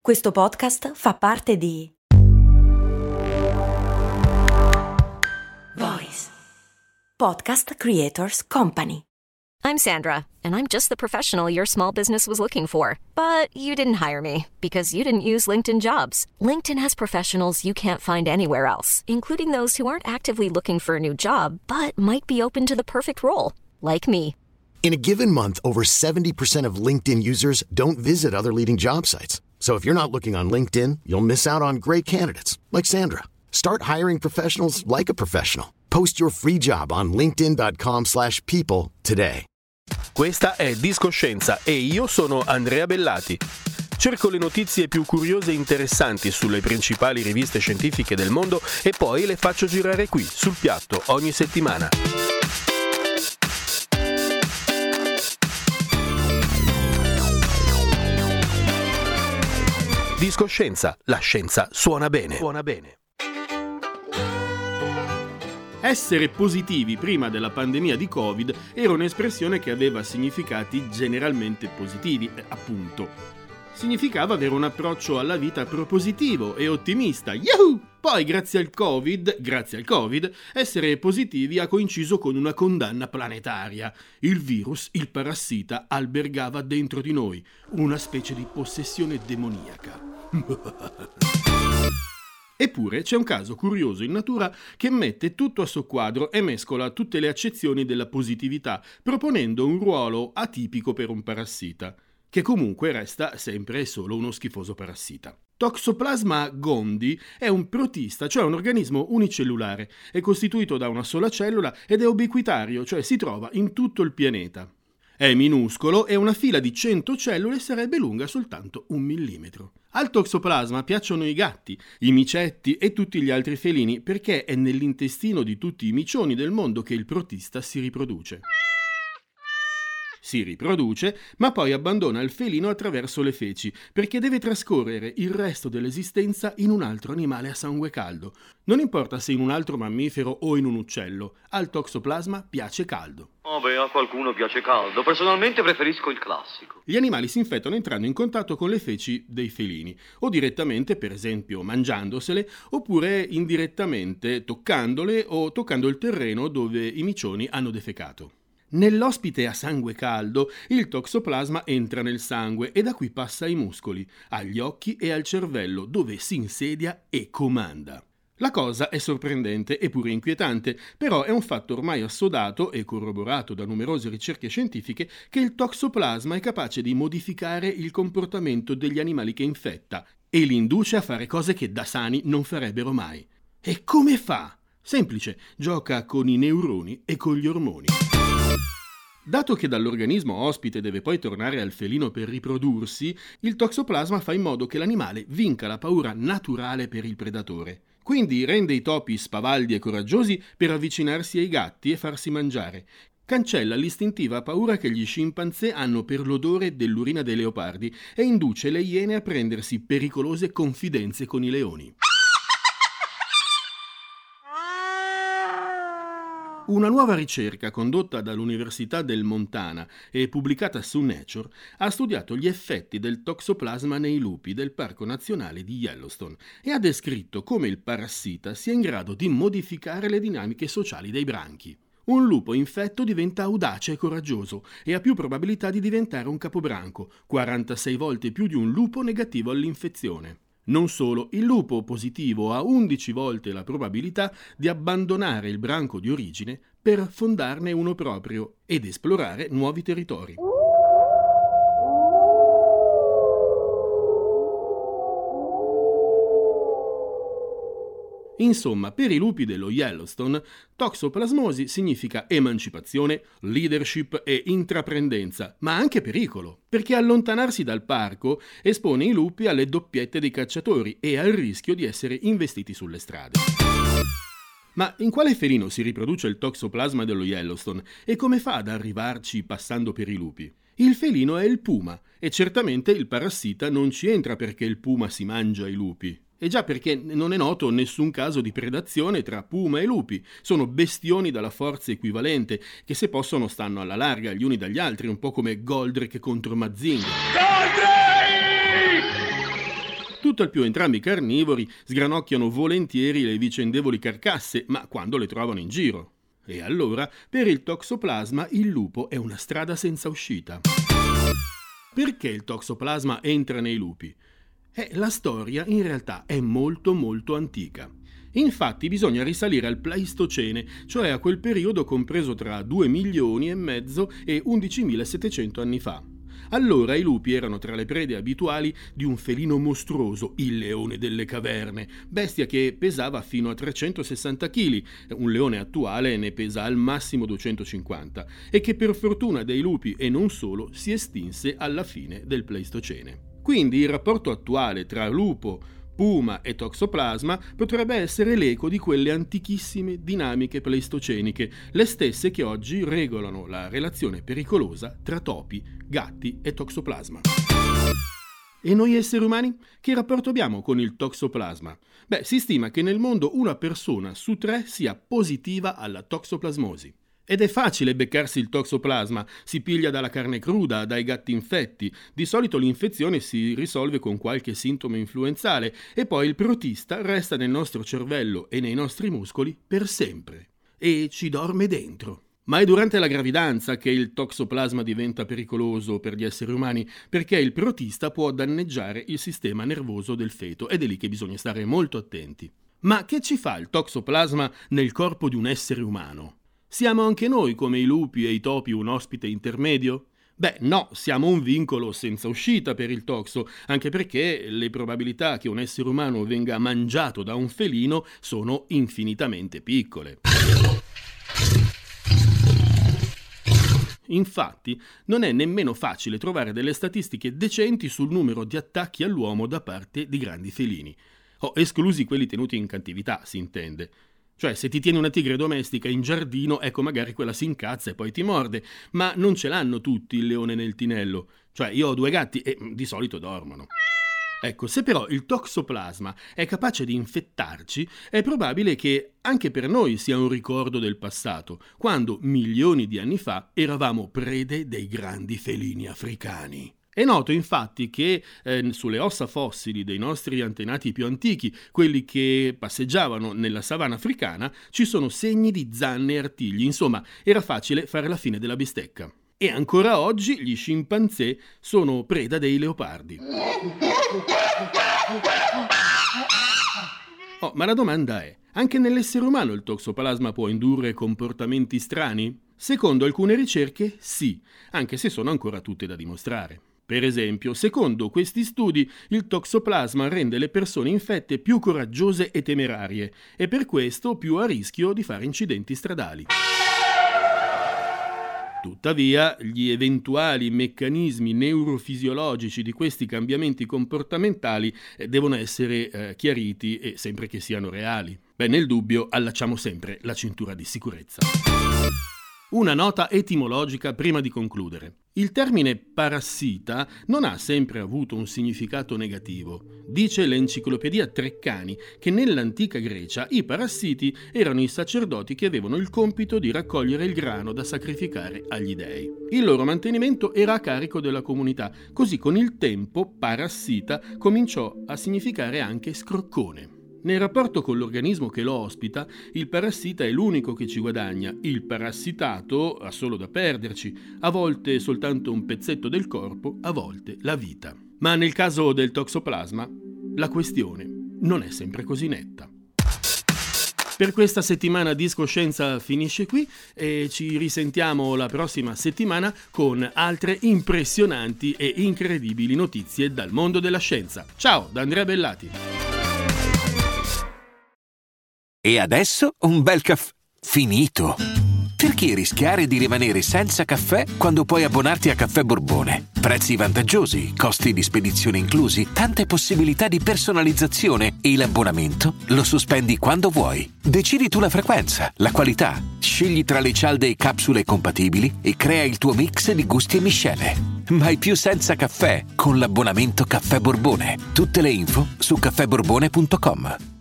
Questo podcast fa parte di Voice Podcast Creators Company. I'm Sandra, and I'm just the professional your small business was looking for. But you didn't hire me because you didn't use LinkedIn Jobs. LinkedIn has professionals you can't find anywhere else, including those who aren't actively looking for a new job, but might be open to the perfect role, like me. In a given month, over 70% of LinkedIn users don't visit other leading job sites. So if you're not looking on LinkedIn, you'll miss out on great candidates like Sandra. Start hiring professionals like a professional. Post your free job on linkedin.com/people today. Questa è Discoscienza e io sono Andrea Bellati. Cerco le notizie più curiose e interessanti sulle principali riviste scientifiche del mondo e poi le faccio girare qui, sul piatto, ogni settimana. Discoscienza, la scienza suona bene. Suona bene. Essere positivi prima della pandemia di Covid era un'espressione che aveva significati generalmente positivi, appunto. Significava avere un approccio alla vita propositivo e ottimista. Yahoo! Poi, grazie al Covid, essere positivi ha coinciso con una condanna planetaria. Il virus, il parassita, albergava dentro di noi, una specie di possessione demoniaca. Eppure c'è un caso curioso in natura che mette tutto a soqquadro e mescola tutte le accezioni della positività, proponendo un ruolo atipico per un parassita, che comunque resta sempre e solo uno schifoso parassita. Toxoplasma gondii è un protista, cioè un organismo unicellulare, è costituito da una sola cellula ed è ubiquitario, cioè si trova in tutto il pianeta. È minuscolo e una fila di 100 cellule sarebbe lunga soltanto 1 millimetro. Al toxoplasma piacciono i gatti, i micetti e tutti gli altri felini perché è nell'intestino di tutti i micioni del mondo che il protista si riproduce. Si riproduce, ma poi abbandona il felino attraverso le feci, perché deve trascorrere il resto dell'esistenza in un altro animale a sangue caldo. Non importa se in un altro mammifero o in un uccello, al toxoplasma piace caldo. Oh beh, a qualcuno piace caldo. Personalmente preferisco il classico. Gli animali si infettano entrando in contatto con le feci dei felini, o direttamente, per esempio, mangiandosele, oppure indirettamente toccandole o toccando il terreno dove i micioni hanno defecato. Nell'ospite a sangue caldo, il toxoplasma entra nel sangue e da qui passa ai muscoli, agli occhi e al cervello, dove si insedia e comanda. La cosa è sorprendente e pure inquietante, però è un fatto ormai assodato e corroborato da numerose ricerche scientifiche che il toxoplasma è capace di modificare il comportamento degli animali che infetta e li induce a fare cose che da sani non farebbero mai. E come fa? Semplice, gioca con i neuroni e con gli ormoni. Dato che dall'organismo ospite deve poi tornare al felino per riprodursi, il toxoplasma fa in modo che l'animale vinca la paura naturale per il predatore. Quindi rende i topi spavaldi e coraggiosi per avvicinarsi ai gatti e farsi mangiare. Cancella l'istintiva paura che gli scimpanzé hanno per l'odore dell'urina dei leopardi e induce le iene a prendersi pericolose confidenze con i leoni. Una nuova ricerca condotta dall'Università del Montana e pubblicata su Nature ha studiato gli effetti del toxoplasma nei lupi del Parco Nazionale di Yellowstone e ha descritto come il parassita sia in grado di modificare le dinamiche sociali dei branchi. Un lupo infetto diventa audace e coraggioso e ha più probabilità di diventare un capobranco, 46 volte più di un lupo negativo all'infezione. Non solo, il lupo positivo ha 11 volte la probabilità di abbandonare il branco di origine per fondarne uno proprio ed esplorare nuovi territori. Insomma, per i lupi dello Yellowstone, toxoplasmosi significa emancipazione, leadership e intraprendenza, ma anche pericolo, perché allontanarsi dal parco espone i lupi alle doppiette dei cacciatori e al rischio di essere investiti sulle strade. Ma in quale felino si riproduce il toxoplasma dello Yellowstone e come fa ad arrivarci passando per i lupi? Il felino è il puma e certamente il parassita non ci entra perché il puma si mangia i lupi. E già perché non è noto nessun caso di predazione tra puma e lupi. Sono bestioni dalla forza equivalente, che se possono stanno alla larga gli uni dagli altri, un po' come Goldrake contro Mazinga. Tutt'al più entrambi carnivori sgranocchiano volentieri le vicendevoli carcasse, ma quando le trovano in giro. E allora, per il toxoplasma, il lupo è una strada senza uscita. Perché il toxoplasma entra nei lupi? La storia in realtà è molto molto antica. Infatti bisogna risalire al Pleistocene, cioè a quel periodo compreso tra 2 milioni e mezzo e 11.700 anni fa. Allora i lupi erano tra le prede abituali di un felino mostruoso, il leone delle caverne, bestia che pesava fino a 360 kg, un leone attuale ne pesa al massimo 250, e che per fortuna dei lupi e non solo si estinse alla fine del Pleistocene. Quindi il rapporto attuale tra lupo, puma e toxoplasma potrebbe essere l'eco di quelle antichissime dinamiche pleistoceniche, le stesse che oggi regolano la relazione pericolosa tra topi, gatti e toxoplasma. E noi esseri umani? Che rapporto abbiamo con il toxoplasma? Si stima che nel mondo una persona su 3 sia positiva alla toxoplasmosi. Ed è facile beccarsi il toxoplasma, si piglia dalla carne cruda, dai gatti infetti. Di solito l'infezione si risolve con qualche sintomo influenzale e poi il protista resta nel nostro cervello e nei nostri muscoli per sempre. E ci dorme dentro. Ma è durante la gravidanza che il toxoplasma diventa pericoloso per gli esseri umani, perché il protista può danneggiare il sistema nervoso del feto ed è lì che bisogna stare molto attenti. Ma che ci fa il toxoplasma nel corpo di un essere umano? Siamo anche noi, come i lupi e i topi, un ospite intermedio? No, siamo un vincolo senza uscita per il toxo, anche perché le probabilità che un essere umano venga mangiato da un felino sono infinitamente piccole. Infatti, non è nemmeno facile trovare delle statistiche decenti sul numero di attacchi all'uomo da parte di grandi felini. Esclusi quelli tenuti in cattività, si intende. Cioè, se ti tieni una tigre domestica in giardino, ecco magari quella si incazza e poi ti morde, ma non ce l'hanno tutti il leone nel tinello. Cioè, io ho 2 gatti e di solito dormono. Ecco, se però il toxoplasma è capace di infettarci, è probabile che anche per noi sia un ricordo del passato, quando milioni di anni fa eravamo prede dei grandi felini africani. È noto infatti che sulle ossa fossili dei nostri antenati più antichi, quelli che passeggiavano nella savana africana, ci sono segni di zanne e artigli, insomma era facile fare la fine della bistecca. E ancora oggi gli scimpanzé sono preda dei leopardi. Ma la domanda è, anche nell'essere umano il toxoplasma può indurre comportamenti strani? Secondo alcune ricerche sì, anche se sono ancora tutte da dimostrare. Per esempio, secondo questi studi, il toxoplasma rende le persone infette più coraggiose e temerarie e per questo più a rischio di fare incidenti stradali. Tuttavia, gli eventuali meccanismi neurofisiologici di questi cambiamenti comportamentali devono essere chiariti e sempre che siano reali. Nel dubbio allacciamo sempre la cintura di sicurezza. Una nota etimologica prima di concludere. Il termine parassita non ha sempre avuto un significato negativo. Dice l'enciclopedia Treccani che nell'antica Grecia i parassiti erano i sacerdoti che avevano il compito di raccogliere il grano da sacrificare agli dei. Il loro mantenimento era a carico della comunità, così con il tempo parassita cominciò a significare anche scroccone. Nel rapporto con l'organismo che lo ospita, il parassita è l'unico che ci guadagna, il parassitato ha solo da perderci, a volte soltanto un pezzetto del corpo, a volte la vita. Ma nel caso del toxoplasma, la questione non è sempre così netta. Per questa settimana Discoscienza finisce qui e ci risentiamo la prossima settimana con altre impressionanti e incredibili notizie dal mondo della scienza. Ciao da Andrea Bellati. E adesso un bel caffè finito. Perché rischiare di rimanere senza caffè quando puoi abbonarti a Caffè Borbone? Prezzi vantaggiosi, costi di spedizione inclusi, tante possibilità di personalizzazione e l'abbonamento lo sospendi quando vuoi. Decidi tu la frequenza, la qualità, scegli tra le cialde e capsule compatibili e crea il tuo mix di gusti e miscele. Mai più senza caffè con l'abbonamento Caffè Borbone. Tutte le info su caffèborbone.com.